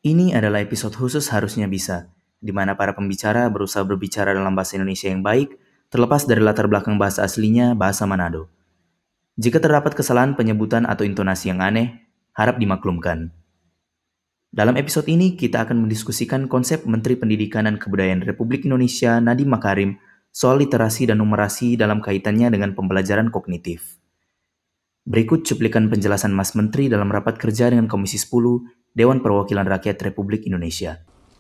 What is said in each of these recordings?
Ini adalah episode khusus Harusnya Bisa, di mana para pembicara berusaha berbicara dalam bahasa Indonesia yang baik, terlepas dari latar belakang bahasa aslinya, bahasa Manado. Jika terdapat kesalahan penyebutan atau intonasi yang aneh, harap dimaklumkan. Dalam episode ini, kita akan mendiskusikan konsep Menteri Pendidikan dan Kebudayaan Republik Indonesia Nadiem Makarim soal literasi dan numerasi dalam kaitannya dengan pembelajaran kognitif. Berikut cuplikan penjelasan Mas Menteri dalam rapat kerja dengan Komisi 10 Dewan Perwakilan Rakyat Republik Indonesia.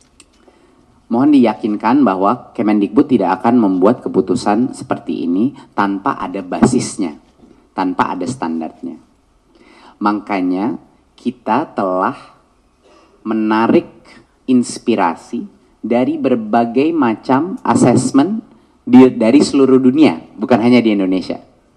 Mohon diyakinkan bahwa Kemendikbud tidak akan membuat keputusan seperti ini tanpa ada basisnya, tanpa ada standarnya. Makanya kita telah menarik inspirasi dari berbagai macam asesmen dari seluruh dunia, bukan hanya di Indonesia.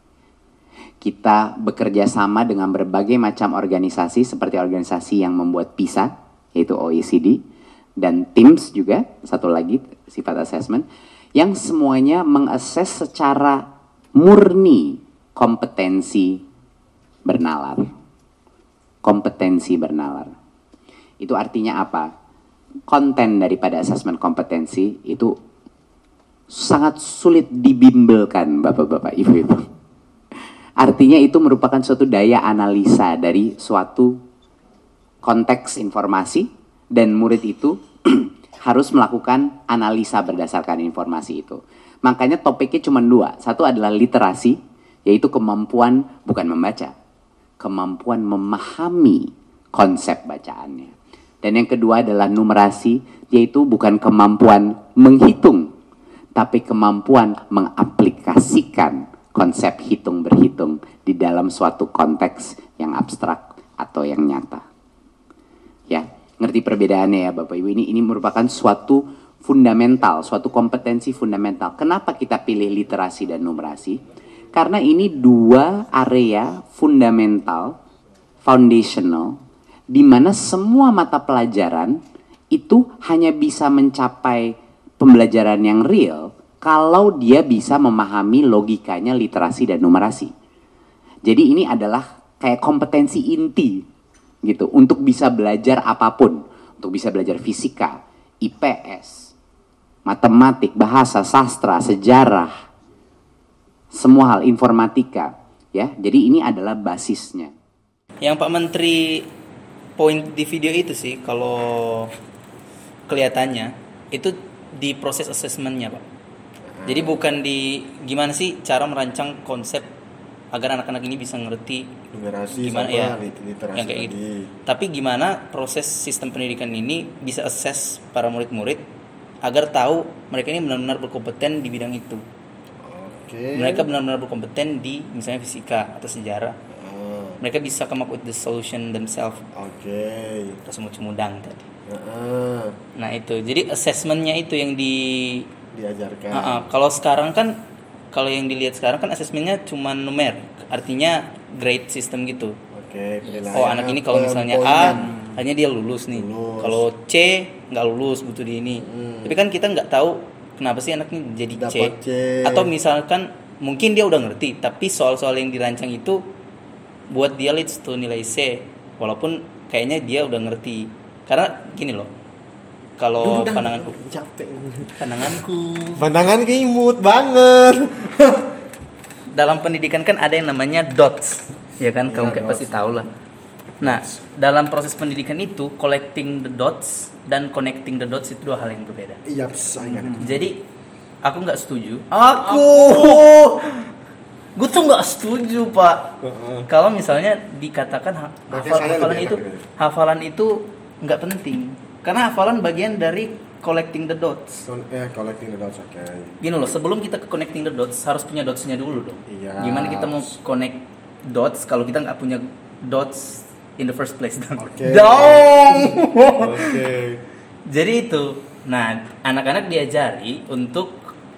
Kita bekerja sama dengan berbagai macam organisasi seperti organisasi yang membuat PISA, yaitu OECD, dan TIMSS juga, satu lagi sifat assessment, yang semuanya mengakses secara murni kompetensi bernalar. Kompetensi bernalar. Itu artinya apa? Konten daripada asesmen kompetensi itu sangat sulit dibimbelkan, bapak-bapak, ibu-ibu. Artinya itu merupakan suatu daya analisa dari suatu konteks informasi, dan murid itu harus melakukan analisa berdasarkan informasi itu. Makanya topiknya cuma dua. Satu adalah literasi, yaitu kemampuan bukan membaca, kemampuan memahami konsep bacaannya. Dan yang kedua adalah numerasi, yaitu bukan kemampuan menghitung, tapi kemampuan mengaplikasikan konsep hitung berhitung di dalam suatu konteks yang abstrak atau yang nyata. Ya, ngerti perbedaannya ya Bapak Ibu? Ini merupakan suatu fundamental, suatu kompetensi fundamental. Kenapa kita pilih literasi dan numerasi? Karena ini dua area fundamental, foundational, di mana semua mata pelajaran itu hanya bisa mencapai pembelajaran yang real kalau dia bisa memahami logikanya literasi dan numerasi. Jadi ini adalah kayak kompetensi inti gitu untuk bisa belajar apapun, untuk bisa belajar fisika, IPS, matematik, bahasa, sastra, sejarah, semua hal, informatika, ya. Jadi ini adalah basisnya. Yang Pak Menteri point di video itu sih, kalau kelihatannya itu di proses assessment-nya, Pak. Jadi bukan di gimana sih cara merancang konsep agar anak-anak ini bisa ngerti numerasi gimana sama ya literasi yang kayak tadi. gitu. Tapi gimana proses sistem pendidikan ini bisa assess para murid-murid agar tahu mereka ini benar-benar berkompeten di bidang itu. Oke. Mereka benar-benar berkompeten di misalnya fisika atau sejarah. Mereka bisa come up with the solution themselves. Oke. Atau semua cemudang tadi. Nah, itu. Jadi assessment-nya itu yang diajarkan. Kalau sekarang kan, kalau yang dilihat sekarang kan asesmennya cuma numer, artinya grade system gitu. Oke, penilaian. Oh anak ini kalau misalnya A, hanya dia lulus nih. Kalau C nggak lulus butuh di ini. Tapi kan kita nggak tahu kenapa sih anaknya jadi C. Atau misalkan mungkin dia udah ngerti, tapi soal-soal yang dirancang itu buat dia leads to nilai C, walaupun kayaknya dia udah ngerti. Karena gini loh. Kalau pandanganku imut banget. Dalam pendidikan kan ada yang namanya dots, ya kan? Kamu kayak pasti tahu lah. Nah, dalam proses pendidikan itu collecting the dots dan connecting the dots itu dua hal yang berbeda. Iya, saya. Jadi aku nggak setuju. Gue tuh nggak setuju, Pak. Kalau misalnya dikatakan hafalan itu nggak penting. Karena hafalan bagian dari collecting the dots. Collecting the dots, oke. Gini loh, sebelum kita ke connecting the dots harus punya dots-nya dulu dong. Iya. Gimana kita mau connect dots kalau kita nggak punya dots in the first place dong? Oke. Jadi itu, nah anak-anak diajari untuk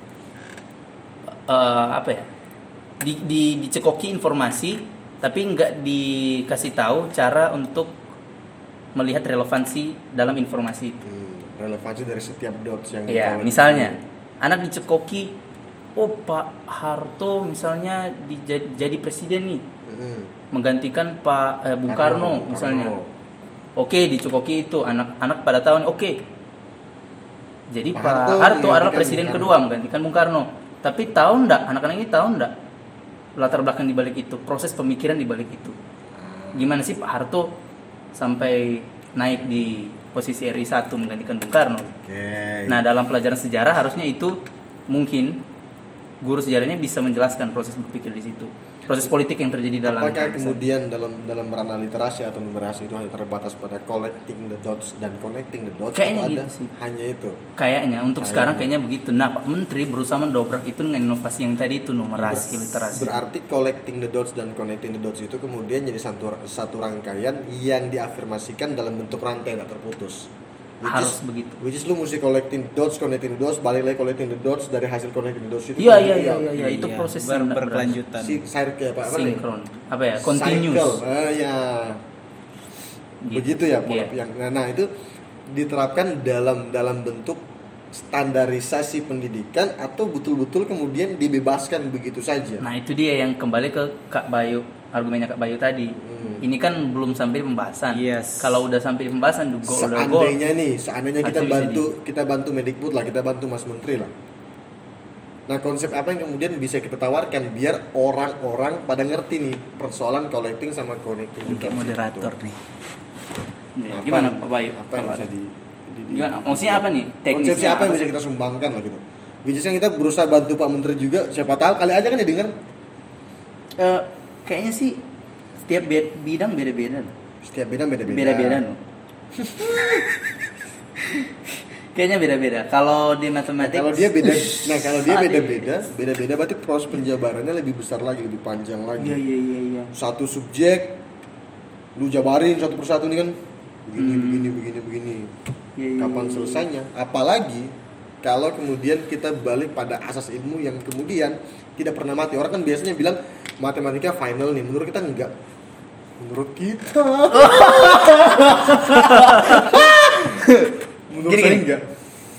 dicekoki informasi, tapi nggak dikasih tahu cara untuk melihat relevansi dalam informasi itu. Relevansi dari setiap dots yang ya, misalnya anak dicekoki, oh Pak Harto misalnya jadi presiden nih, menggantikan Pak Bung Karno misalnya. Oke, dicokoki itu anak-anak pada tahun oke. Jadi Pak Pak Harto Harto adalah menggantikan presiden Bung Karno. kedua menggantikan Bung Karno. Tapi tahu enggak anak-anak ini tahu enggak latar belakang di balik itu, proses pemikiran di balik itu. Gimana sih Pak Harto sampai naik di posisi RI 1 menggantikan Bung Karno? Oke. Nah, dalam pelajaran sejarah harusnya itu mungkin guru sejarahnya bisa menjelaskan proses berpikir di situ. Proses politik yang terjadi dalam Apakah kemudian dalam ranah literasi atau numerasi itu hanya terbatas pada collecting the dots dan connecting the dots? Kayaknya atau gitu ada sih. hanya itu? Kayaknya untuk sekarang kayaknya begitu. Nah, Pak Menteri berusaha mendobrak itu dengan inovasi yang tadi itu numerasi literasi. Berarti collecting the dots dan connecting the dots itu kemudian jadi satu rangkaian yang diafirmasikan dalam bentuk rantai tak terputus. Harus begitu. Which is lu mesti collecting dots, connecting the dots, balik lagi collecting the dots dari hasil connecting the dots itu. Iya, itu proses yang berkelanjutan. Circle apa namanya? sinkron. Apa ya? Continuous. Cycle. Ya. Gitu. Begitu ya, Iya. yang nah itu diterapkan dalam bentuk standarisasi pendidikan atau betul-betul kemudian dibebaskan begitu saja. Nah, itu dia yang kembali ke Kak Bayu, argumennya Kak Bayu tadi. Ini kan belum sampai pembahasan. Yes. Kalau udah sampai pembahasan udah gol. Seandainya kita bantu Mendikbud lah, kita bantu Mas Menteri lah. Nah, konsep apa yang kemudian bisa kita tawarkan biar orang-orang pada ngerti nih persoalan collecting sama connecting. Kayak moderator nih. Ya, gimana Pak Bayu? Apa yang bisa Gimana? Maksudnya apa nih? Konsepsi apa yang bisa kita sumbangkan lah gitu. Which is yang kita berusaha bantu Pak Menteri juga, siapa tahu kali aja kan dia dengar. Kayaknya sih setiap bidang beda-beda loh. Setiap bidang beda-beda. Beda-beda loh. Kayaknya beda-beda. Kalau di matematik Kalau dia beda, kalau dia Ada. beda-beda berarti proses penjabarannya lebih besar lagi, lebih panjang lagi. Iya. Satu subjek lu jabarin satu persatu nih kan begini. Iya. Kapan selesainya? Apalagi kalau kemudian kita balik pada asas ilmu yang kemudian tidak pernah mati. Orang kan biasanya bilang matematika final nih, menurut kita enggak. Menurut kita menurut Gini, saya gini. enggak.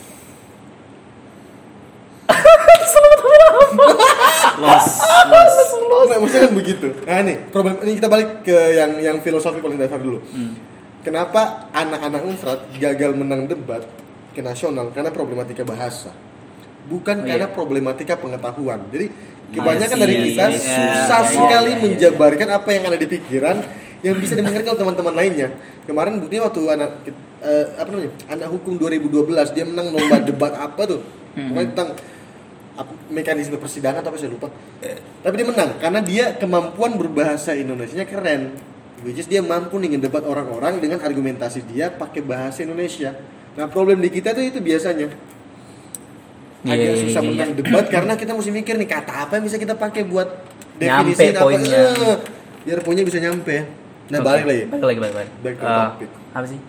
Nggak, maksudnya kan begitu. Nah nih, problem ini kita balik ke yang filosofi paling dasar dulu. Kenapa anak-anak Unpad gagal menang debat ke nasional? Karena problematika bahasa, bukan karena problematika pengetahuan. Jadi kebanyakan dari kita susah sekali menjabarkan apa yang ada di pikiran yang bisa dimengerti oleh teman-teman lainnya. Kemarin buktinya waktu anak hukum 2012 dia menang lomba debat apa tuh? Pokoknya tentang mekanisme persidangan tapi saya lupa. Tapi dia menang karena dia kemampuan berbahasa Indonesianya keren. Which is dia mampu nih ngedebat orang-orang dengan argumentasi dia pakai bahasa Indonesia. Nah, problem di kita tuh itu biasanya agak susah menang debat karena kita mesti mikir nih kata apa yang bisa kita pakai buat definisiin Nyampe apa. poinnya. Biar poinnya bisa nyampe. Nah, Oke. balik lagi. Back to topic. Apa sih?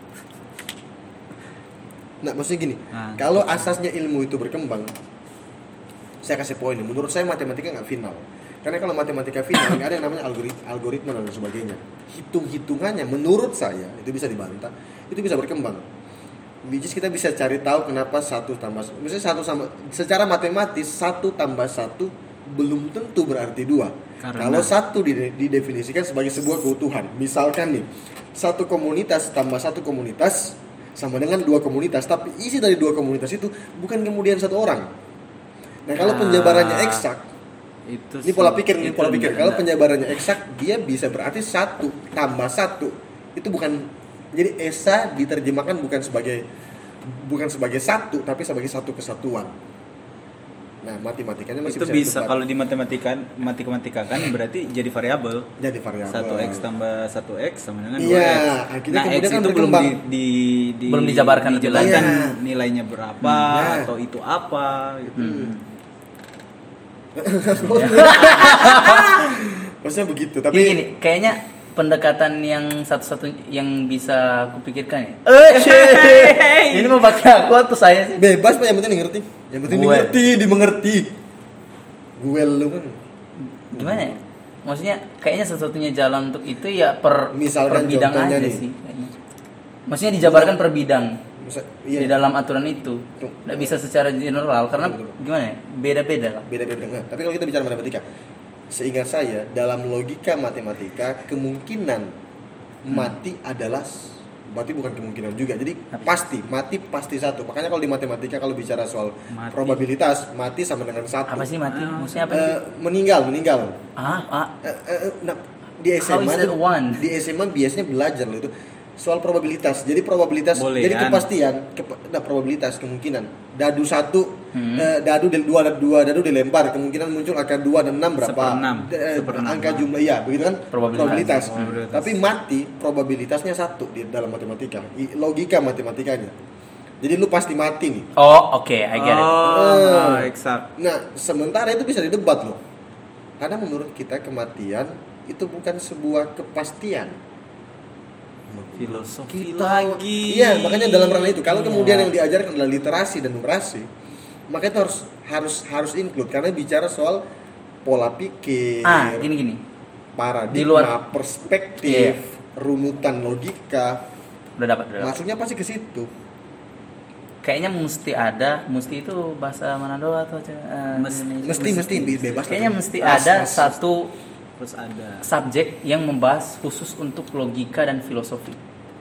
Nah, maksudnya gini, kalau asasnya ilmu itu berkembang, saya kasih poin nih. Menurut saya matematika nggak final. Karena kalau matematika final nggak ada yang namanya algoritma dan sebagainya. Hitung-hitungannya menurut saya itu bisa dibantah, itu bisa berkembang. Which is kita bisa cari tahu kenapa 1 tambah misalnya 1 sama secara matematis 1 tambah 1 belum tentu berarti 2. Kalau 1 didefinisikan sebagai sebuah keutuhan. Misalkan nih, 1 komunitas tambah 1 komunitas sama dengan 2 komunitas, tapi isi dari 2 komunitas itu bukan kemudian 1 orang. Nah, kalau penjabarannya eksak, ini pola pikir. Kalau penjabarannya eksak, dia bisa berarti 1 tambah 1 itu bukan, jadi esa diterjemahkan bukan sebagai 1 tapi sebagai 1 kesatuan. Nah, matematikanya masih itu bisa kalau di matematika kan berarti jadi variabel. jadi variabel. 1x tambah 1x sama dengan 2x. Iya, akhirnya Nah, kemudian x kan itu belum berkembang. Belum dijabarkan lebih dijelaskan lanjut. nilainya berapa atau itu apa gitu. Maksudnya begitu, Tapi tapi gini, kayaknya pendekatan yang satu-satu yang bisa kupikirkan ya. Ini mau pakai aku atau saya sih? bebas Pak, yang penting ngerti. Yang penting Gue. dimengerti. Gue lu kan. Gimana ya? Maksudnya kayaknya satu-satunya jalan untuk itu ya per Misalkan bidang contohnya aja nih. sih kayaknya. Maksudnya dijabarkan per bidang di Iya, dalam aturan itu. Tuh. Nggak bisa secara general karena Betul. gimana ya? Beda-beda lah. beda-beda. Nah, tapi kalau kita bicara matematika, seingat saya dalam logika matematika kemungkinan mati adalah berarti bukan kemungkinan juga. Jadi pasti mati pasti satu. Makanya kalau di matematika kalau bicara soal probabilitas mati sama dengan satu. Apa sih mati? Maksudnya apa? Meninggal. Nah, di How SMA is that one? di SMA biasanya belajar loh itu soal probabilitas. Jadi probabilitas Boleh, jadi kan? kepastian, probabilitas kemungkinan dadu satu, dadu dadu dilempar, kemungkinan muncul angka 2 dan 6 berapa? Seperenam. Angka jumlah ya, begitu kan? Probabilitas. Tapi mati probabilitasnya satu di dalam matematika. Logika matematikanya. Jadi lu pasti mati nih. Oh, oke, I get it. Exact. Nah, sementara itu bisa didebat loh. Karena menurut kita kematian itu bukan sebuah kepastian. Filosofi lagi. Iya, makanya dalam ranah itu kalau kemudian yang diajarkan adalah literasi dan numerasi, maka itu harus include karena bicara soal pola pikir. Gini. Paradigma, Di luar perspektif, runutan logika. Udah dapat. Masuknya pasti ke situ. Kayaknya mesti itu bahasa Manado atau Mesti bebas. Kayaknya mesti ada satu Terus ada subjek yang membahas khusus untuk logika dan filosofi.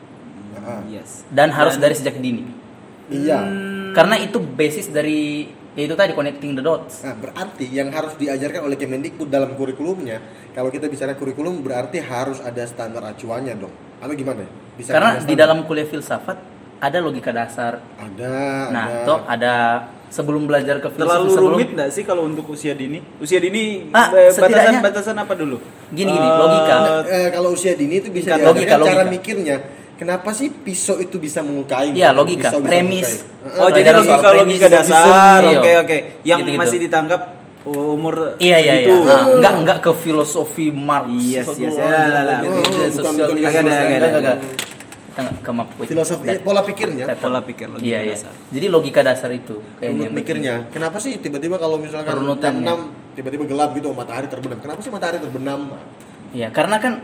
yes. Dan harus dari sejak dini. Iya. Karena itu basis dari itu tadi connecting the dots. Nah, berarti yang harus diajarkan oleh Kemendikbud dalam kurikulumnya, kalau kita bicara kurikulum berarti harus ada standar acuannya dong. Atau gimana? Bisa Karena di dalam kuliah filsafat ada logika dasar. Ada. Ada sebelum belajar ke filsafat Terlalu rumit nggak sih kalau untuk usia dini? Usia dini setidaknya- batasan apa dulu? Gini, logika. Kalau usia dini itu bisa Logika, diajarkan cara logika. mikirnya. Kenapa sih pisau itu bisa melukai? Iya, logika, Pisau bisa premis. melukai. Oh, jadi Pelajaran soal logika premis, dasar. iya. Oke. Yang Gitu-gitu. masih ditangkap umur Iya. itu. Enggak ke filosofi Marx. Yes. Bukan. Enggak. Kita enggak ke map Filosofi pola pikirnya. Pola pikir logika Iya. dasar. Jadi logika dasar itu kayaknya. Runut mikirnya. Kenapa sih tiba-tiba kalau misalkan Runutannya. jam 6 tiba-tiba gelap gitu matahari terbenam. Kenapa sih matahari terbenam? Iya, karena kan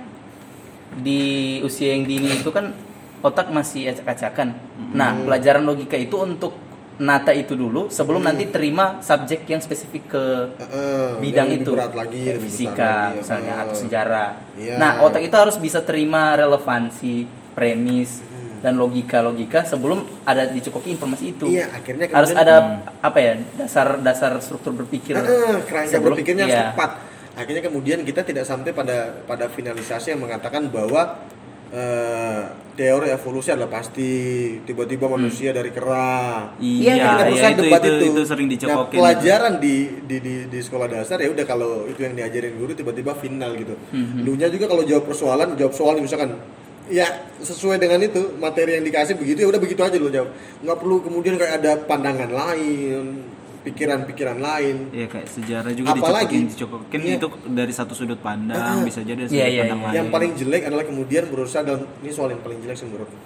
di usia yang dini itu kan otak masih acak-acakan. Nah, pelajaran logika itu untuk nata itu dulu sebelum nanti terima subjek yang spesifik ke bidang yang lebih itu. berat lagi, Kayak lebih fisika besar lagi. misalnya atau sejarah. Iya. Nah, otak itu harus bisa terima relevansi, premis dan logika sebelum ada dicukupi informasi itu. Iya, akhirnya harus kemudian- ada apa ya? Dasar struktur berpikir. Kerangka berpikirnya harus iya. tepat. Akhirnya kemudian kita tidak sampai pada finalisasi yang mengatakan bahwa teori evolusi adalah pasti tiba-tiba manusia dari kera. Iya, Kita Iya, bisa debat itu sering Nah, dicokokin. pelajaran di sekolah dasar ya udah kalau itu yang diajarin guru tiba-tiba final gitu. Dulunya juga kalau jawab soal misalkan ya sesuai dengan itu materi yang dikasih begitu ya udah begitu aja lo jawab. Nggak perlu kemudian kayak ada pandangan lain, pikiran-pikiran lain. Iya, kayak sejarah juga Apalagi- dicokokin iya. itu dari satu sudut pandang, bisa jadi dari Iya, sudut iya, pandang iya. lain. Yang paling jelek adalah kemudian berusaha dalam ini soal yang paling jelek sih menurutku.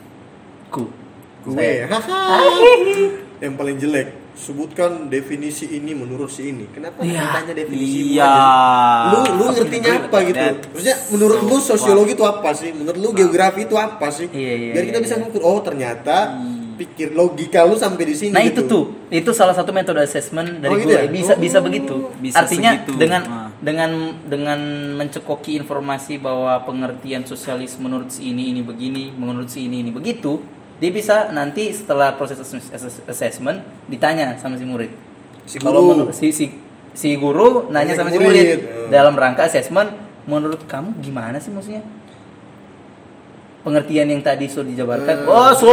Gue. Yang paling jelek sebutkan definisi ini menurut si ini. Kenapa Iya. ditanya definisi Iya. Lu ngertinya apa gitu? Maksudnya menurut lu sosiologi itu apa sih? Menurut lu geografi itu apa sih? Iya, Biar kita bisa ngukur. Oh ternyata pikir logika lu sampai di sini. Nah gitu. itu salah satu metode assessment dari Oh, gitu gue. ya? Bisa begitu. Bisa Artinya segitu. dengan mencekoki informasi bahwa pengertian sosialis menurut si ini begini, menurut si ini begitu, dia bisa nanti setelah proses assessment ditanya sama si murid. Si Kalau guru. menurut si guru nanya Nanya sama ke si murid murid. dalam rangka assessment, menurut kamu gimana sih maksudnya? Pengertian yang tadi sudah dijabarkan.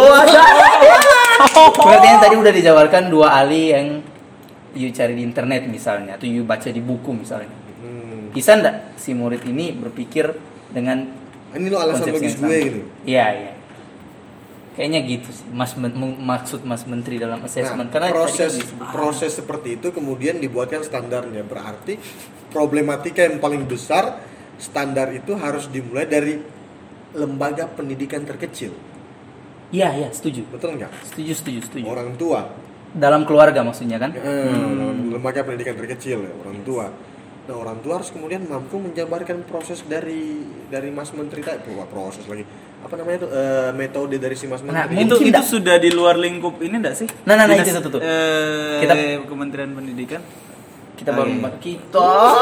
Pengertian yang tadi udah dijabarkan dua ahli yang you cari di internet misalnya atau you baca di buku misalnya. Bisa nggak si murid ini berpikir dengan Ini lo alasan konsepsi logis yang sama? gue gitu. Iya. Kayaknya gitu sih. Maksud Mas Menteri dalam assessment. Nah, Karena proses seperti itu kemudian dibuatkan standarnya. Berarti problematika yang paling besar standar itu harus dimulai dari lembaga pendidikan terkecil. Iya, setuju. Betul nggak? Setuju. Orang tua. Dalam keluarga maksudnya kan? Lembaga pendidikan terkecil ya, orang tua. Nah, orang tua harus kemudian mampu menjabarkan proses dari Mas Menteri tadi. Proses lagi. Apa namanya itu? Metode dari si Mas Nah, Menteri. Itu Mungkin nggak? sudah di luar lingkup ini enggak sih? Nah, Dinas- itu. Kita Kementerian Pendidikan. Kita baru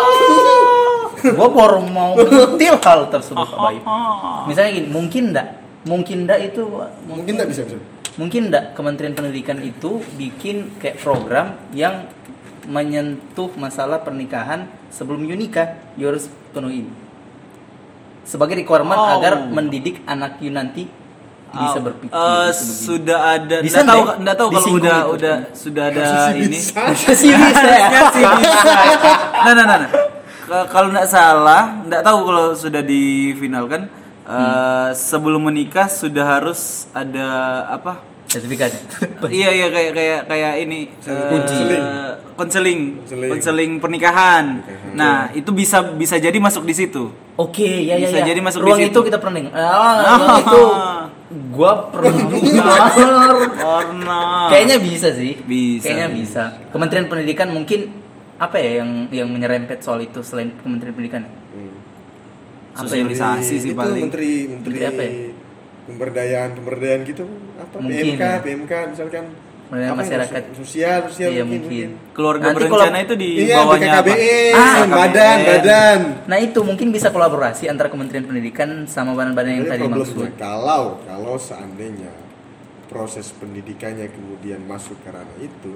gua baru mau mentil hal tersebut Pak Bayu. Misalnya gini, mungkin enggak Mungkin enggak itu Mungkin nggak bisa. Mungkin enggak Kementerian Pendidikan itu bikin kayak program yang menyentuh masalah pernikahan sebelum nikah, you harus penuhi sebagai requirement agar mendidik anak you nanti bisa berpikir. Sudah ada. Bisa Enggak tahu kalau disinggung udah sudah ada ini. Sih bisa ya. Harusnya sih bisa. Nah. Kalau nggak salah, nggak tahu kalau sudah difinalkan. Sebelum menikah sudah harus ada apa? Sertifikat. Iya kayak ini konseling pernikahan. Nah, itu bisa jadi masuk di situ. Oke, ya. Bisa jadi masuk ruang di situ. itu kita pernah dengar. Ruang itu gua pernah dengar. Kayaknya bisa sih. Kayaknya bisa. Kementerian Pendidikan mungkin apa ya yang menyerempet soal itu selain Kementerian Pendidikan? Sosialisasi sih itu paling. Menteri apa ya? pemberdayaan gitu apa Mungkin, PMK misalkan Pemberdayaan apa, masyarakat. sosial Iya, mungkin. Keluarga Nanti berencana kalau- itu di Iya, bawahnya apa? BKKBN, badan. Nah itu mungkin bisa kolaborasi antara Kementerian Pendidikan sama badan-badan yang Jadi tadi maksud. problemnya kalau seandainya proses pendidikannya kemudian masuk ke ranah itu,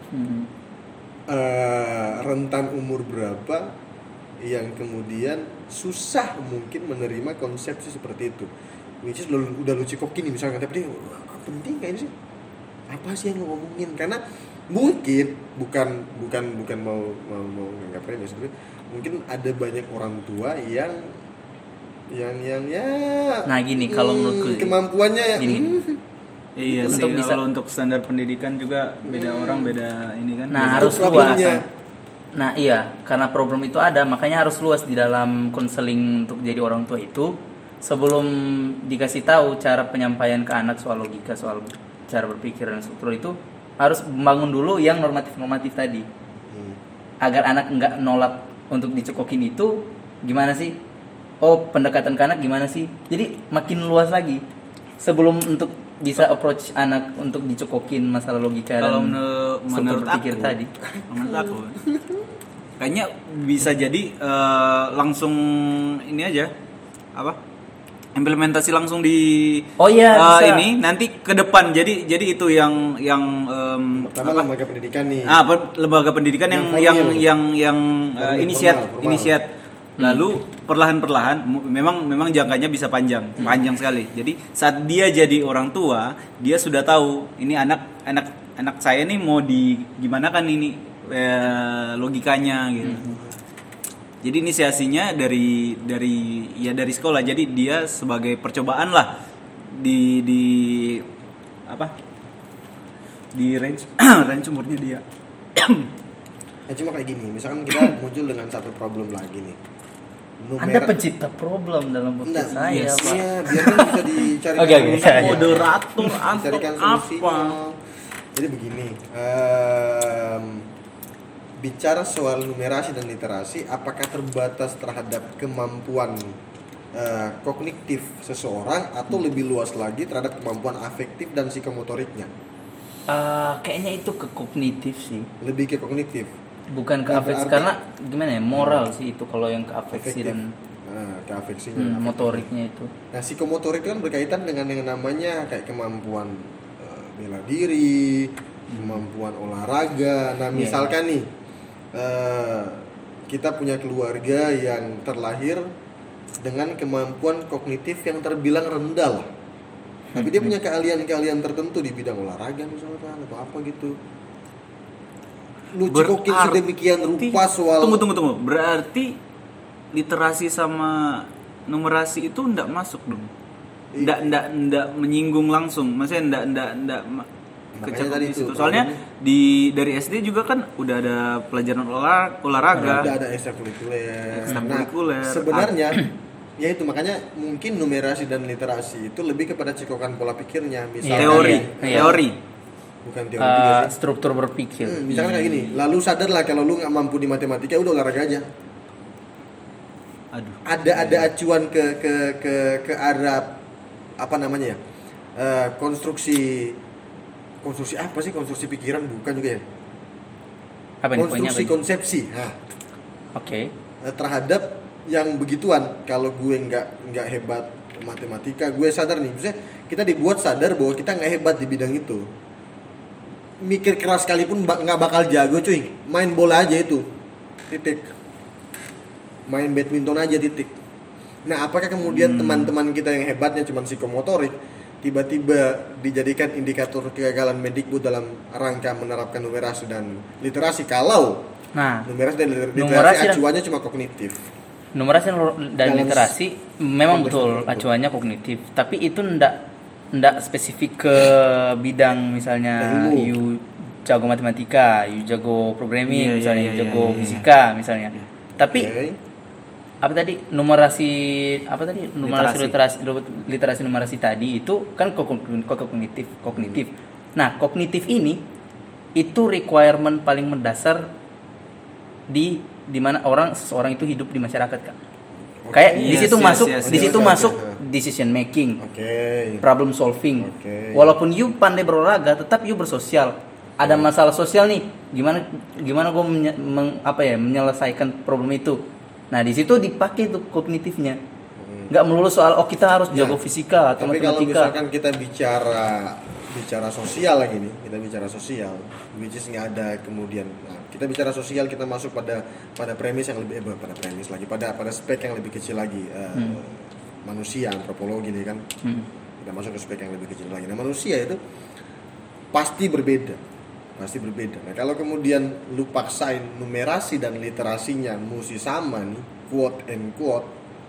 rentan umur berapa yang kemudian susah mungkin menerima konsepsi seperti itu, which is udah lu cekokin nih misalnya, tapi dia penting kayak ini sih, apa sih yang lu ngomongin, karena mungkin bukan mau nganggap remeh sebenarnya, mungkin ada banyak orang tua yang ya Nah gini kalau menurutku kemampuannya gini. Iya sih, Untuk bisa- kalau untuk standar pendidikan juga beda orang beda ini kan. Nah beda. harus luas. problemnya. Nah iya, karena problem itu ada, makanya harus luas di dalam konseling untuk jadi orang tua itu. Sebelum dikasih tahu cara penyampaian ke anak soal logika, soal cara berpikir dan struktur itu, harus membangun dulu yang normatif-normatif tadi. Agar anak nggak nolak untuk dicekokin itu, gimana sih? Oh pendekatan ke anak gimana sih? Jadi makin luas lagi. Sebelum untuk bisa approach anak untuk dicekokin masalah logika Kalau dan struktur menurut berpikir aku, tadi. menurut aku kayaknya bisa jadi langsung ini aja apa implementasi langsung di Oh iya, bisa. ini nanti ke depan jadi itu yang Pertama lembaga pendidikan nih. lembaga pendidikan Yang yang formal. inisiat lalu perlahan-perlahan memang jangkanya bisa panjang sekali. Jadi saat dia jadi orang tua, dia sudah tahu ini anak saya nih mau di gimana kan ini logikanya gitu. Jadi inisiasinya dari sekolah. Jadi dia sebagai percobaan lah di apa? Di range umurnya dia. Cuma kayak gini, misalkan kita muncul dengan satu problem lagi nih. Anda pencipta problem dalam podcast saya, Pak. Iya, biar kan bisa dicarikan Oke, solusinya. Moderator atau Dicarikan apa? solusinya. Jadi begini, bicara soal numerasi dan literasi, apakah terbatas terhadap kemampuan kognitif seseorang atau lebih luas lagi terhadap kemampuan afektif dan psikomotoriknya? Kayaknya itu ke kognitif sih, Lebih ke kognitif. bukan ke Nah, afeksi, berarti- karena gimana ya, moral sih itu kalau yang ke afeksi Afektif. dan Ke afeksinya. motoriknya itu. Nah, psikomotorik itu kan berkaitan dengan yang namanya kayak kemampuan bela diri, kemampuan olahraga. Nah, misalkan nih kita punya keluarga yang terlahir dengan kemampuan kognitif yang terbilang rendah lah. Tapi dia punya keahlian-keahlian tertentu di bidang olahraga misalkan atau apa gitu. Lu cekokin sedemikian rupa soal Tunggu. Berarti literasi sama numerasi itu enggak masuk dong. Enggak menyinggung langsung. Maksudnya enggak kecekup tadi di itu, situ. Soalnya dari SD juga kan udah ada pelajaran olahraga. ada ekstrakurikuler. Ekstrakurikuler. Nah, sebenarnya ya itu makanya mungkin numerasi dan literasi itu lebih kepada cekokan pola pikirnya, misalnya Teori. bukan teori juga sih. Struktur berpikir. Misalkan kayak gini, lalu sadarlah kalau lu nggak mampu di matematika, udah olahraga aja. Aduh. Ada acuan ke arah apa namanya ya, konstruksi apa sih, konstruksi pikiran bukan juga ya, Apa nih poinnya? konstruksi konsepsi. Nah, Oke. terhadap yang begituan. Kalau gue nggak hebat matematika, gue sadar nih, misalnya kita dibuat sadar bahwa kita nggak hebat di bidang itu. Mikir keras sekalipun nggak bakal jago cuy. Main bola aja itu, titik. Main badminton aja, titik. Nah, apakah kemudian teman-teman kita yang hebatnya cuma psikomotorik tiba-tiba dijadikan indikator kegagalan Mendikbud dalam rangka menerapkan numerasi dan literasi kalau numerasi dan literasi acuannya cuma kognitif. Numerasi dan literasi memang betul acuannya kognitif, tapi itu ndak spesifik ke bidang, misalnya you jago matematika, you jago programming, misalnya you jago fisika misalnya. Tapi apa tadi numerasi literasi numerasi tadi itu kan kognitif. Nah, kognitif ini itu requirement paling mendasar di mana seseorang itu hidup di masyarakat, Kak. Kayak di situ masuk decision making, problem solving. Walaupun you pandai berolahraga, tetap you bersosial. Ada masalah sosial nih, gimana gue menyelesaikan problem itu. Nah, di situ dipakai tuh kognitifnya. Nggak melulu soal kita harus jago fisika atau matematika. Tapi kalau misalkan kita bicara sosial lagi nih, kita bicara sosial, which is nggak ada kemudian. Nah, kita bicara sosial, kita masuk pada premis yang lebih pada spek yang lebih kecil lagi, manusia, antropologi nih kan. Kita masuk ke spek yang lebih kecil lagi. Nah, manusia itu pasti berbeda. Nah, kalau kemudian lu paksain numerasi dan literasinya mesti sama nih, quote and quote,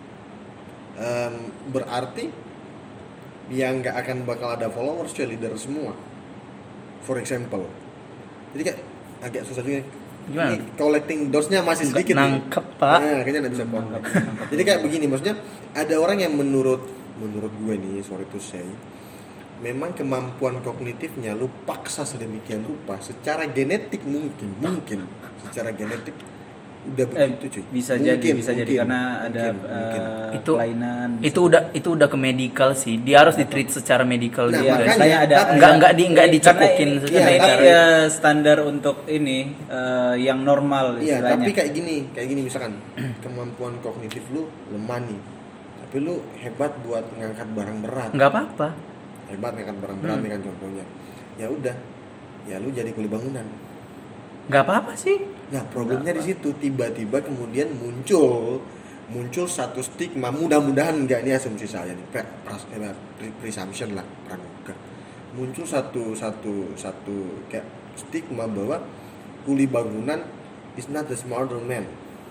berarti yang nggak akan bakal ada followers, leader semua. For example, jadi kayak agak susah juga. Gimana? Collecting dose-nya masih sedikit. Nangkep, Pak. Nah, kayaknya nggak bisa nangkep. Jadi kayak begini, maksudnya ada orang yang menurut gue nih, sorry to say, memang kemampuan kognitifnya lu paksa sedemikian rupa secara genetik mungkin secara genetik udah begitu cuy. Bisa jadi karena ada kelainan. Itu udah ke medical sih. Dia harus ditreat secara medical. Nah, dia makanya enggak dicekokin secara standar untuk ini yang normal istilahnya. Iya, tapi kayak gini misalkan kemampuan kognitif lu lemah nih. Tapi lu hebat buat ngangkat barang berat. Enggak apa-apa. Hebat ngangkat barang berat nih kan contohnya. Ya udah. Ya lu jadi kuli bangunan. Nggak apa-apa sih. Nah, problemnya di situ tiba-tiba kemudian muncul satu stigma, mudah-mudahan enggak, ini asumsi saya nih, presumption lah, praduga. Muncul satu kayak stigma bahwa kuli bangunan is not the smarter man.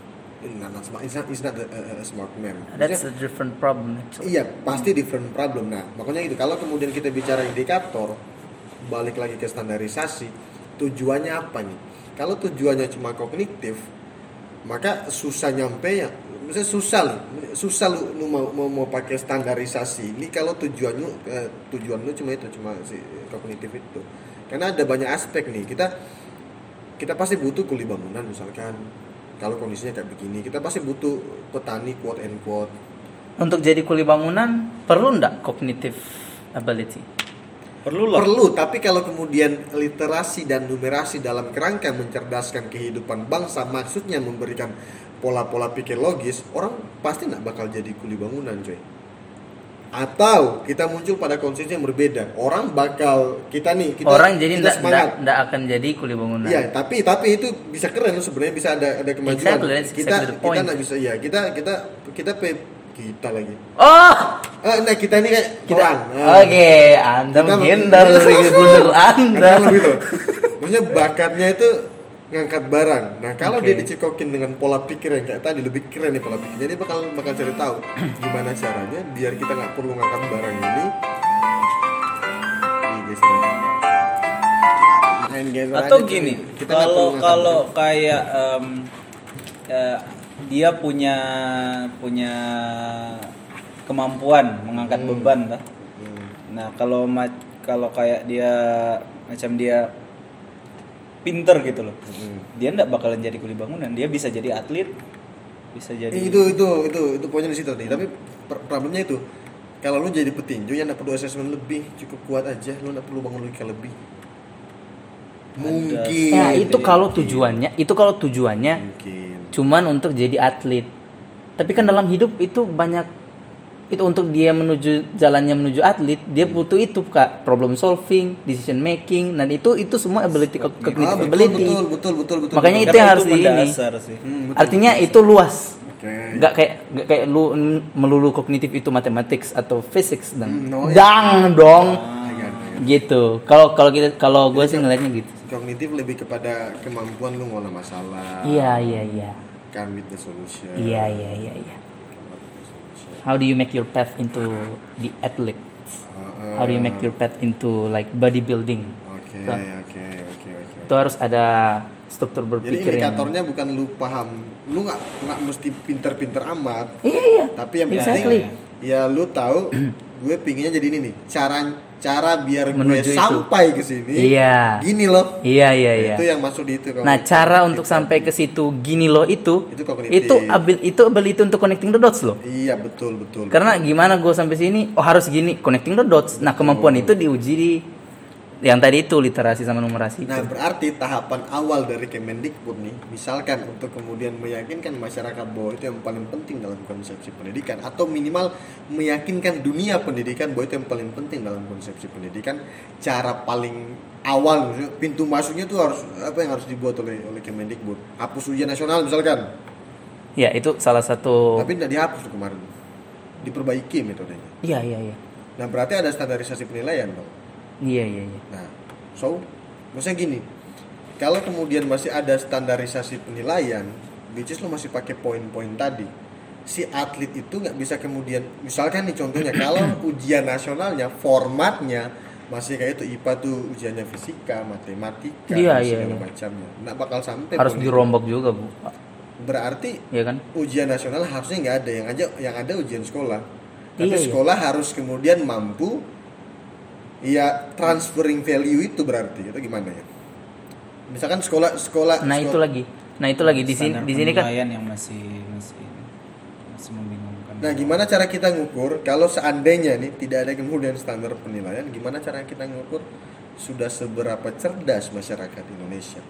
It's not a smart man. That's a different problem actually. Iya, pasti different problem. Nah, makanya itu kalau kemudian kita bicara indikator, balik lagi ke standarisasi, tujuannya apa nih? Kalau tujuannya cuma kognitif, maka susah nyampe ya. Misalnya susah lu mau pakai standarisasi. Ini kalau tujuan lu cuma si kognitif itu. Karena ada banyak aspek nih. Kita pasti butuh kuli bangunan misalkan. Kalau kondisinya kayak begini, kita pasti butuh petani quote and quote. Untuk jadi kuli bangunan perlu enggak cognitive ability? Perlu, tapi kalau kemudian literasi dan numerasi dalam kerangka mencerdaskan kehidupan bangsa, maksudnya memberikan pola-pola pikir logis, orang pasti nggak bakal jadi kuli bangunan, coy. Atau kita muncul pada konsep yang berbeda, orang jadi nggak akan jadi kuli bangunan. Iya, tapi itu bisa keren sebenarnya, bisa ada kemajuan. Kita nggak bisa, ya kita lagi. Nah kita ini kayak orang. Oke, Anda menghindar dari blunder Anda. Maksudnya bakatnya itu ngangkat barang. Nah kalau dia dicekokin dengan pola pikir yang kayak tadi, lebih keren nih pola pikirnya. Dia bakal cari tahu gimana caranya biar kita nggak perlu ngangkat barang ini. Atau gini, kalau kayak dia punya kemampuan mengangkat beban, tak? Nah kalau kayak dia macam dia pinter gitu loh, dia nggak bakalan jadi kuli bangunan, dia bisa jadi atlet, bisa jadi. Itu poinnya di situ nih. Tapi problemnya itu, kalau lu jadi petinju yang nggak perlu asesmen lebih, cukup kuat aja, lu nggak perlu bangun logika lebih. Mungkin. Ya itu kalau tujuannya cuman untuk jadi atlet. Tapi kan dalam hidup itu banyak itu untuk dia menuju atlet, dia butuh itu Kak, problem solving, decision making, dan itu semua ability, cognitive ability. Betul. Makanya itu yang harus di ini. Artinya itu luas. Nggak kayak lu melulu kognitif itu matematik atau physics dan dong. Gitu. Kalau gue sih ngeliatnya gitu. Kognitif lebih kepada kemampuan lu ngolah masalah. Iya. Come with the solution. Iya. How do you make your path into the athlete? How do you make your path into like bodybuilding? Oke. Itu harus ada struktur Jadi berpikir indikatornya bukan lu paham, lu nggak mesti pinter-pinter amat. Iya. Tapi yang penting ya lu tahu gue pinginnya jadi ini nih. Cara biar Menuju gue sampai ke sini. Iya. Gini loh. Iya. Itu yang masuk di itu. Nah, cara untuk sampai ke situ gini loh itu kognitif. itu ability untuk connecting the dots loh. Iya, betul. Karena gimana gue sampai sini? Oh, harus gini, connecting the dots. Nah, kemampuan itu diuji di yang tadi itu literasi sama numerasi. Nah, berarti tahapan awal dari Kemendikbud nih, misalkan untuk kemudian meyakinkan masyarakat bahwa itu yang paling penting dalam konsepsi pendidikan, atau minimal meyakinkan dunia pendidikan bahwa itu yang paling penting dalam konsepsi pendidikan, cara paling awal, pintu masuknya itu harus apa yang harus dibuat oleh Kemendikbud? Hapus ujian nasional misalkan. Ya, itu salah satu. Tapi tidak dihapus tuh kemarin, diperbaiki metodenya. Iya. Nah, berarti ada standarisasi penilaian dong. Iya. Nah, maksudnya gini, kalau kemudian masih ada standarisasi penilaian, which is lo masih pakai poin-poin tadi, si atlet itu nggak bisa kemudian, misalkan nih contohnya, kalau ujian nasionalnya formatnya masih kayak itu, IPA tuh ujiannya fisika, matematika, segala macamnya, nggak bakal sampai. Harus dirombak juga, Bu. Berarti, ya kan? Ujian nasional harusnya nggak ada, yang ada ujian sekolah. Tapi sekolah harus kemudian mampu. Iya, transferring value itu berarti itu gimana ya? Misalkan sekolah. Nah, itu lagi di sini kan yang masih membingungkan. Nah, gimana cara kita ngukur kalau seandainya nih tidak ada kemudian standar penilaian, gimana cara kita ngukur sudah seberapa cerdas masyarakat Indonesia?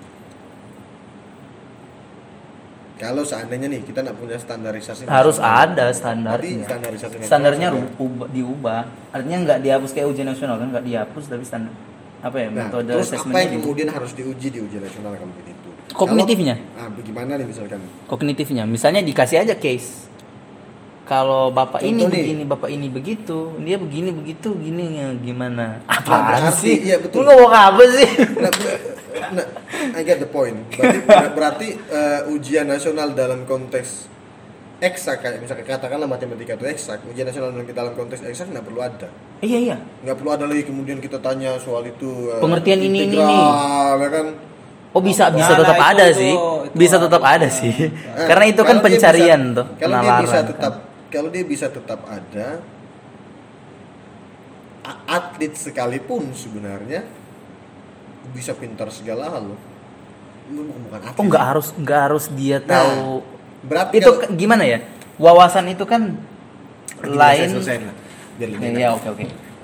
Kalau seandainya nih kita nggak punya standarisasi, harus ada standarnya. Standarnya diubah. Artinya nggak dihapus kayak ujian nasional kan, nggak dihapus tapi standar metode terus assessment. Apa yang kemudian harus diuji di ujian nasional kalau begitu? Kognitifnya. Bagaimana nih misalkan? Kognitifnya, misalnya dikasih aja case. Kalau bapak ini begini, bapak ini begitu, dia begini begitu, gini ya gimana? Apaan sih? Iya, betul. Lu ngomong apa sih? Nah, I get the point. Berarti ujian nasional dalam konteks eksak, kayak misalnya katakanlah matematika itu eksak, ujian nasional dalam konteks eksak nggak perlu ada. Iya. Nggak perlu ada lagi kemudian kita tanya soal itu. Pengertian ini. Ya kan? Oh bisa tetap ada sih. Bisa tetap ada sih. Karena itu kan pencarian tuh. Kalau dia bisa tetap ada, atlet sekalipun sebenarnya bisa pintar segala hal loh. Bukan atlet. Oh nggak harus dia tahu. Berarti itu gimana ya? Wawasan itu kan lain. Ya oke.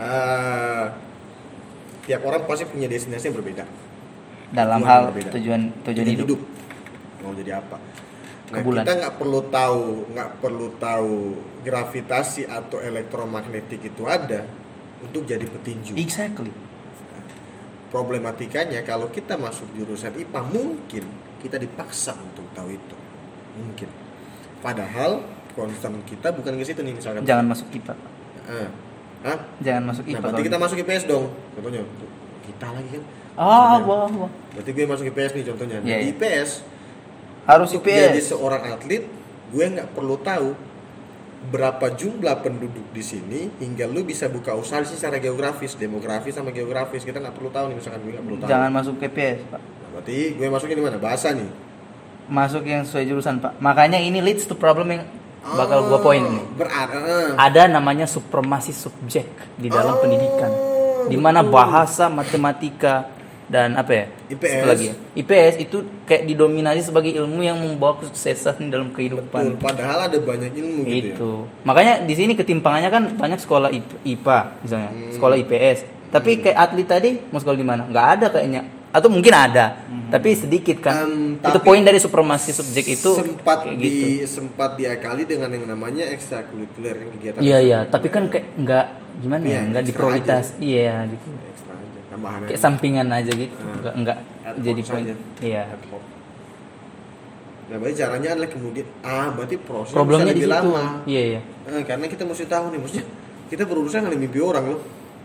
Tiap orang pasti punya destinasi yang berbeda. Dalam hal tujuan hidup. Mau jadi apa? Nah, Kebulan. kita nggak perlu tahu gravitasi atau elektromagnetik itu ada untuk jadi petinju. Exactly. Problematikanya kalau kita masuk jurusan IPA mungkin kita dipaksa untuk tahu itu, mungkin. Padahal concern kita bukan ke situ nih misalkan. Jangan masuk IPA. Jangan masuk IPA. Nah, berarti kita masuk IPS dong, contohnya. Kita lagi kan. Wah. Berarti gue masuk IPS nih contohnya. Yeah. Di IPS harus untuk IPS. jadi seorang atlet, gue nggak perlu tahu berapa jumlah penduduk di sini hingga lu bisa buka usaha secara geografis, demografis sama geografis. Kita nggak perlu tahu nih, misalkan gue nggak perlu tahu. Jangan masuk IPS, Pak. Nah, berarti gue masuknya di mana? Bahasa nih. Masuk yang sesuai jurusan, Pak. Makanya ini leads to problem yang bakal gue poin ini. Ada namanya supremasi subjek di dalam pendidikan, di mana bahasa, matematika dan apa ya? IPS. Lagi ya? IPS itu kayak didominasi sebagai ilmu yang membawa kesuksesan dalam kehidupan. Betul, padahal ada banyak ilmu gitu itu. Makanya di sini ketimpangannya kan banyak sekolah IPA misalnya, sekolah IPS. Tapi kayak atlet tadi mau sekolah di mana? Nggak ada kayaknya atau mungkin ada, tapi sedikit kan. Itu Tapi poin dari supremasi subjek itu sempat kayak gitu. sempat diakali dengan yang namanya ekstrakurikuler kan, kegiatan Iya, tapi kan kayak nggak gimana Iya, ya, nggak ekstra diprioritas. aja. Iya gitu. ekstra aja, tambahan Kayak aja. sampingan aja gitu. Nggak Ad jadi hoc poin. saja. Iya. Ad hoc. Nah, berarti caranya adalah kemudian berarti prosesnya Problemnya bisa di lebih situ. lama. Iya. Karena kita mesti tahu nih, maksudnya kita berurusan dengan mimpi orang loh.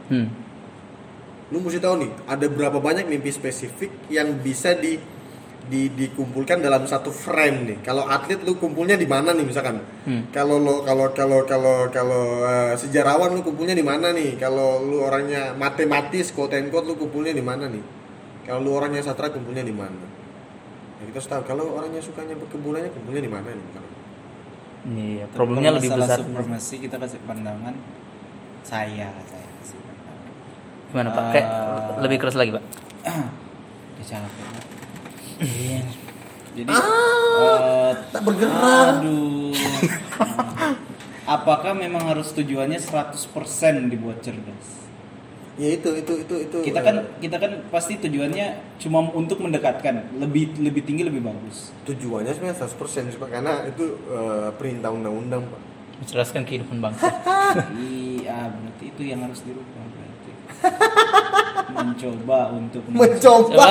Lu mesti tahu nih, ada berapa banyak mimpi spesifik yang bisa dikumpulkan dalam satu frame nih. Kalau atlet lu kumpulnya di mana nih misalkan? Kalau sejarawan lu kumpulnya di mana nih? Kalau lu orangnya matematis, quote and quote, lu kumpulnya di mana nih? Kalau lu orangnya sastra kumpulnya di mana? Nah, kita harus tahu kalau orangnya sukanya berkebulannya kumpulnya di mana nih? Iya, problemnya Kalau lebih masalah besar. supremasi kita kasih pandangan saya kasih pandangan. Gimana Pak? Kayak lebih keras lagi Pak. Dia capek. Iya. Jadi tak bergerak. Aduh. Apakah memang harus tujuannya 100% dibuat cerdas? Ya itu. Kita kan pasti tujuannya cuma untuk mendekatkan, lebih tinggi lebih bagus. tujuannya sebenarnya 100% Pak, karena itu perintah undang-undang Pak. Mencerdaskan kehidupan bangsa. Iya, berarti itu yang harus dirubah berarti. Mencoba untuk Mencoba.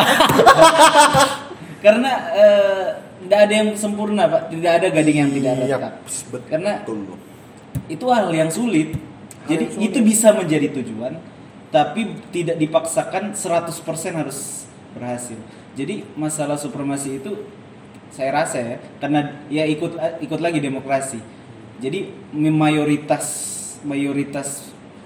karena tidak ada yang sempurna Pak, tidak ada gading yang tidak retak. Betul. Karena loh. itu hal yang sulit. Jadi yang sulit. itu bisa menjadi tujuan, tapi tidak dipaksakan 100% harus berhasil. Jadi masalah supremasi itu saya rasa ya, karena ya ikut lagi demokrasi. Jadi mayoritas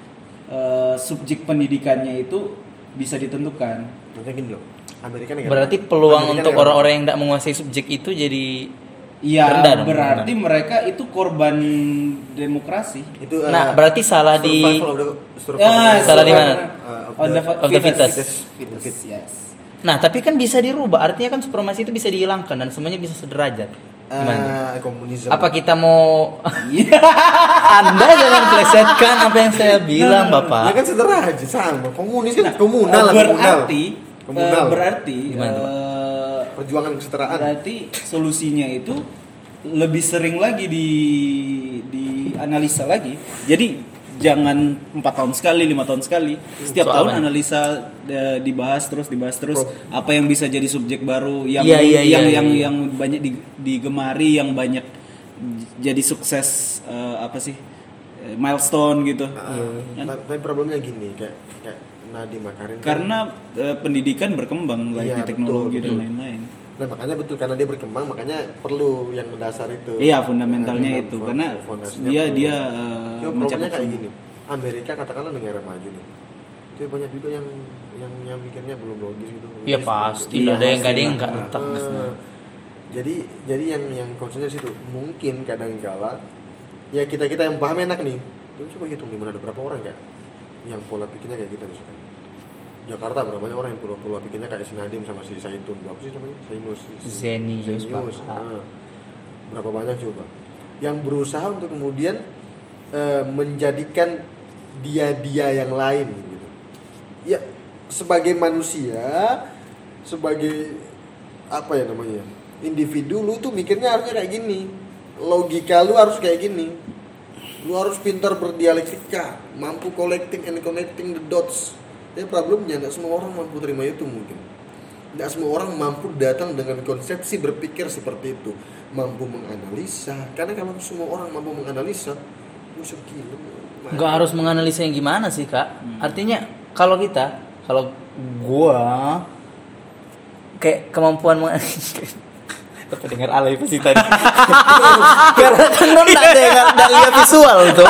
subjek pendidikannya itu bisa ditentukan. Maksudnya gini loh, Amerika negara. Berarti peluang Amerika untuk negara- orang-orang yang tidak menguasai subjek itu jadi Iya, rendah dong, berarti mereka itu korban demokrasi. itu Nah, berarti salah di salah di mana? Of the fittest. Yes. Nah, tapi kan bisa dirubah. Artinya kan supremasi itu bisa dihilangkan dan semuanya bisa sederajat. Gimana? Komunisme. Apa kita mau Iya. Anda jangan plesetkan apa yang saya bilang, Ya Bapak. kan sederajat sama. Komunis kan komunal lah, komunal. Berarti Gimana, Pak? Perjuangan kesetaraan. berarti solusinya itu lebih sering lagi dianalisa lagi. Jadi jangan 4 tahun sekali, 5 tahun sekali. Setiap Soalnya. tahun analisa dibahas terus. Apa yang bisa jadi subjek baru yang Iya. yang banyak digemari, yang banyak jadi sukses milestone gitu. Tapi problemnya gini, kayak Nadiem Makarim. Karena pendidikan berkembang Iya, baik di teknologi betul. dan lain-lain. Nah makanya betul, karena dia berkembang, makanya perlu yang mendasar itu. Iya, fundamentalnya Nah, itu karena fondasinya dia perlu. dia Cuma mencapai problemnya kayak semua. gini. Amerika katakanlah negara maju nih. Itu banyak juga yang mikirnya belum logis gitu. Iya pasti, Iya, ada yang pasti. gading enggak retak. Jadi yang concernnya situ mungkin kadang-kala ya kita yang paham enak nih. Coba hitung di mana ada berapa orang kayak yang pola pikirnya kayak kita misalkan. Jakarta berapa banyak orang yang pola pikirnya kayak si Nadiem sama si Zaitun, berapa sih namanya? Zenius, Zenius. Pak. Nah, berapa banyak coba yang berusaha untuk kemudian menjadikan dia yang lain gitu. Ya sebagai manusia, sebagai apa ya namanya, individu, lu tuh mikirnya harusnya kayak gini, logika lu harus kayak gini, lu harus pintar berdialektika, mampu collecting and connecting the dots. Ya problemnya nggak semua orang mampu terima itu mungkin. Nggak semua orang mampu datang dengan konsepsi berpikir seperti itu, mampu menganalisa. Karena kalau semua orang mampu menganalisa, musuh gila. Nggak harus menganalisa yang gimana sih, Kak? Artinya kalau gua kayak kemampuan tapi dengar alay pasti tadi. Karena kan non enggak lihat visual tuh.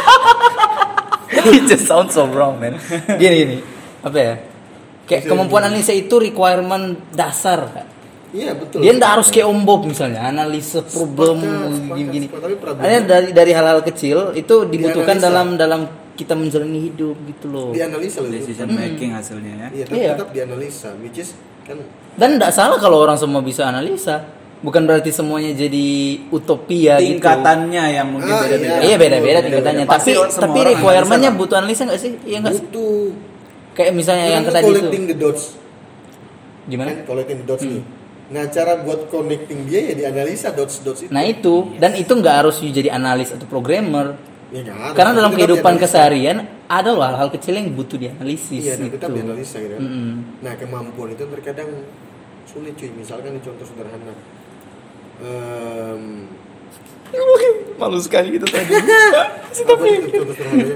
It just sounds so wrong, man. Gini. Apa ya? Kayak kemampuan analisa itu requirement dasar, Kak. Iya betul. Dia enggak harus kayak Om Bob misalnya, analisa problem gini. Tapi problemnya Artinya dari hal-hal kecil itu dibutuhkan Dianalisa. dalam kita menjalani hidup gitu loh. dianalisa loh. Decision making hasilnya ya. Iya, tapi Iya. tetap dianalisa, which is kan Dan enggak salah kalau orang semua bisa analisa. Bukan berarti semuanya jadi utopia gitu. Tingkatannya yang mungkin Ah, beda-beda. Iya beda-beda Betul, tingkatannya. Pasti Tapi semua orang requirement-nya analisa, butuh analisa nggak sih? Iya nggak sih? butuh. Kayak misalnya yang Kan tadi itu. collecting the dots. Gimana? Kan connecting the dots nih. Nah, cara buat connecting dia ya dianalisa dots-dots itu. Nah itu, dan itu nggak harus jadi analis atau programmer. Ya, nggak harus. Karena dalam Tapi tetap kehidupan dianalisa. keseharian ada loh hal-hal kecil yang butuh dianalisis Iya, gitu. tetap dianalisa gitu kan. Mm-mm. Nah, kemampuan itu terkadang sulit cuy. Misalkan ini contoh sederhana. Malu sekali gitu tadi. Apa itu contoh sederhananya?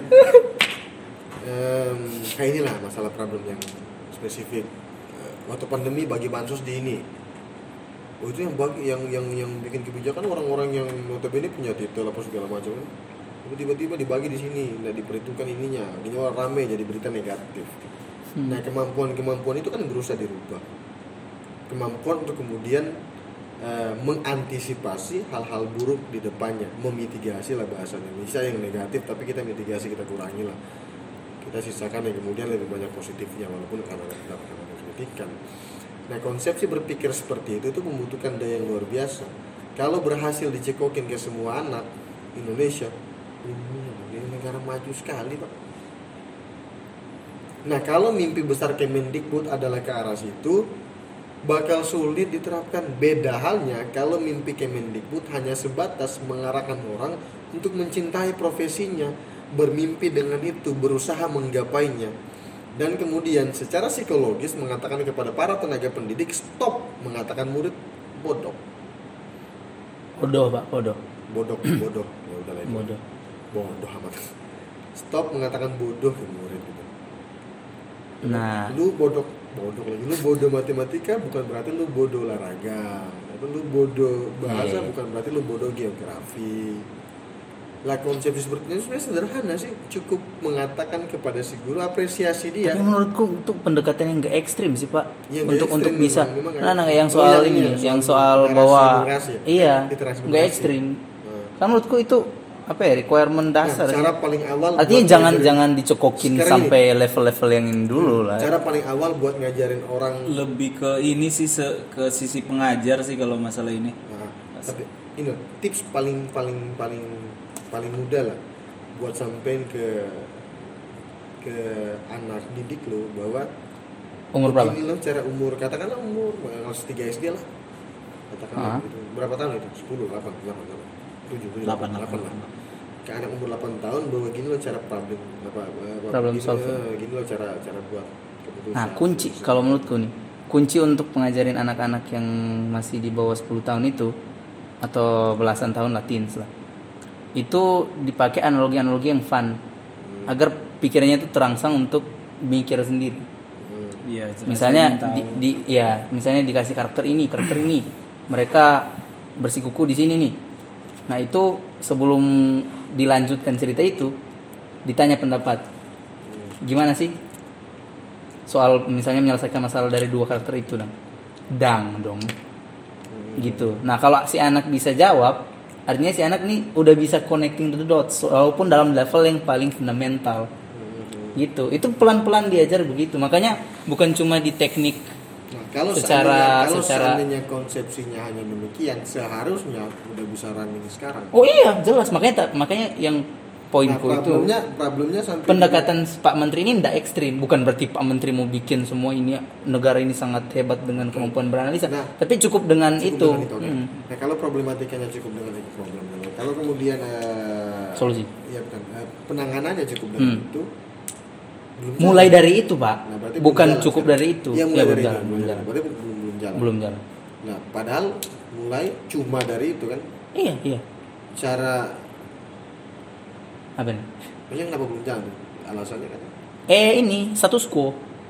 Kayak inilah masalah problem yang spesifik. Waktu pandemi bagi bansos di ini. Oh, itu yang bikin kebijakan orang-orang yang notabene punya titel apa segala macam kan. Itu tiba-tiba dibagi di sini, nggak diperhitungkan ininya, akhirnya rame jadi berita negatif. Nah, kemampuan itu kan berusaha dirubah. Kemampuan untuk kemudian mengantisipasi hal-hal buruk di depannya, memitigasi lah bahasa Indonesia yang negatif, tapi kita mitigasi, kita kurangi lah, kita sisakan yang kemudian lebih banyak positifnya walaupun karena kita akan signifikan. Nah, konsepsi berpikir seperti itu membutuhkan daya yang luar biasa. Kalau berhasil dicekokin ke semua anak Indonesia, ini negara maju sekali Pak. Nah, kalau mimpi besar Kemendikbud adalah ke arah situ, bakal sulit diterapkan. Beda halnya kalau mimpi Kemendikbud hanya sebatas mengarahkan orang untuk mencintai profesinya, bermimpi dengan itu, berusaha menggapainya, dan kemudian secara psikologis mengatakan kepada para tenaga pendidik stop mengatakan murid bodoh. Bodoh Pak, bodoh. Ya udah lah itu. Bodoh amat. Stop mengatakan bodoh ke murid gitu. Nah, Lu bodoh lagi. Lu bodoh matematika bukan berarti lu bodoh olahraga. Atau lu bodoh bahasa bukan berarti lu bodoh geografi. Lah, konsepsi seperti ini sebenarnya sederhana sih, cukup mengatakan kepada si guru apresiasi dia. tapi menurutku itu pendekatan yang gak ekstrim sih Pak. Iya, nggak untuk ekstrim, bisa. memang nggak Nah, ekstrim. yang soal Oh, ini, yang yang soal soal bahwa literasi ya? iya, Literasi nggak literasi. ekstrim. Kan menurutku itu apa ya, requirement dasar sih. Cara paling awal Artinya buat jangan ngajarin- dicokokin Sekarang sampai level-level yang ini dulu lah. Cara paling awal buat ngajarin orang. Lebih ke ini sih ke sisi pengajar sih kalau masalah ini. Nah, tapi ini tips paling mudah lah buat sampein ke anak didik lo bahwa Umur berapa? ini lo cara umur, katakanlah umur kelas 3 SD lah, katakanlah gitu. Berapa tahun itu? 10, 8, 7, 8 lah. Ke anak umur 8 tahun bahwa gini lo cara Problem gini, solving. gini lo cara buat keputusan. Nah, kunci kalau menurutku nih, kunci untuk pengajarin anak-anak yang masih di bawah 10 tahun itu atau belasan tahun lah, teens lah, itu dipakai analogi-analogi yang fun agar pikirannya itu terangsang untuk mikir sendiri. Iya, Misalnya misalnya dikasih karakter ini, mereka bersikuku di sini nih. Nah, itu sebelum dilanjutkan cerita itu ditanya pendapat. Gimana sih soal misalnya menyelesaikan masalah dari dua karakter itu dong. Gitu. Nah, kalau si anak bisa jawab, artinya si anak nih udah bisa connecting the dots walaupun dalam level yang paling fundamental. Gitu. Itu pelan-pelan diajar begitu. Makanya bukan cuma di teknik. Nah, kalau seandainya konsepsinya hanya demikian, seharusnya udah bisa running sekarang. Oh iya, jelas. Makanya yang poinku problemnya sampai pendekatan Pak Menteri ini tidak ekstrim. Bukan berarti Pak Menteri mau bikin semua ini negara ini sangat hebat dengan kemampuan beranalisa. Tapi cukup dengan itu. Okay. Nah, kalau problematikanya cukup dengan itu problemnya. Kalau kemudian solusi. Iya, bukan. Penanganannya cukup dengan itu. Mulai dari itu, Pak. Nah, bukan cukup dari itu. Ya, mulai belum dari jalan. itu. Berarti belum jalan. Belum jalan. Nah, padahal mulai cuma dari itu kan. Iya. Cara apa nih? maksudnya kenapa belum jalan? Alasannya kan? Ini status quo.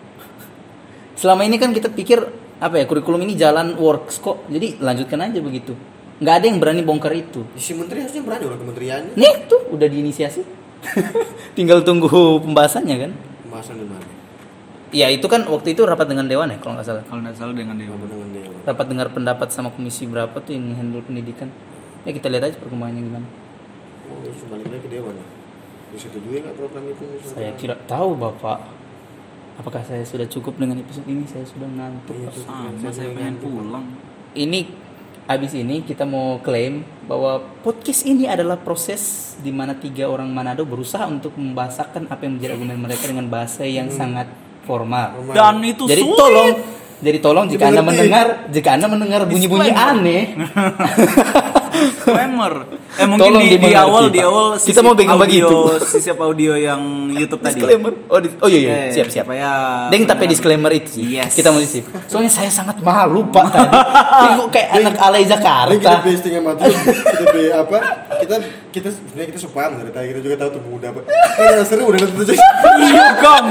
Selama ini kan kita pikir kurikulum ini jalan works kok. Jadi lanjutkan aja begitu. Nggak ada yang berani bongkar itu. Si menteri harusnya berani oleh kementeriannya. Nih tuh udah diinisiasi. Tinggal tunggu pembahasannya kan. Pembahasan di mana? Ya itu kan waktu itu rapat dengan Dewan ya kalau nggak salah. Kalau nggak salah dengan Dewan. Rapat dengar pendapat sama komisi berapa tuh yang handle pendidikan. Ya kita lihat aja perkembangannya gimana. Oh, balik lagi ke Dewan. Disetujui nggak program itu? Saya tidak tahu Bapak. Apakah saya sudah cukup dengan episode ini? Saya sudah ngantuk. Saya pengen pulang. Ini abis ini kita mau klaim bahwa podcast ini adalah proses di mana 3 orang Manado berusaha untuk membahasakan apa yang menjadi argumen mereka dengan bahasa yang sangat formal. Dan itu Jadi sulit. tolong Jadi tolong jika Anda mendengar bunyi-bunyi aneh. Disclaimer. Mungkin Tolong di dimengerti, awal Pak. sisip Kita mau pegang audio, begitu. sisip audio yang YouTube tadi. Disclaimer. Oh iya, siap. Supaya Deng tapi disclaimer itu sih. Yes. Kita mau sip. Soalnya saya sangat malu Pak tadi. Kok kayak anak alay Ini kita Jakarta. pasting sama tuh, kita be apa? Kita sebenarnya kita supaya dari tadi kita juga tahu tuh muda apa. Udah seru udah tentu saja. Iya, Kang.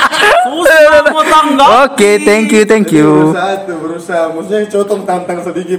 Susah mau tanggapi. Oke, thank you. Berusaha, maksudnya cowok tantang sedikit.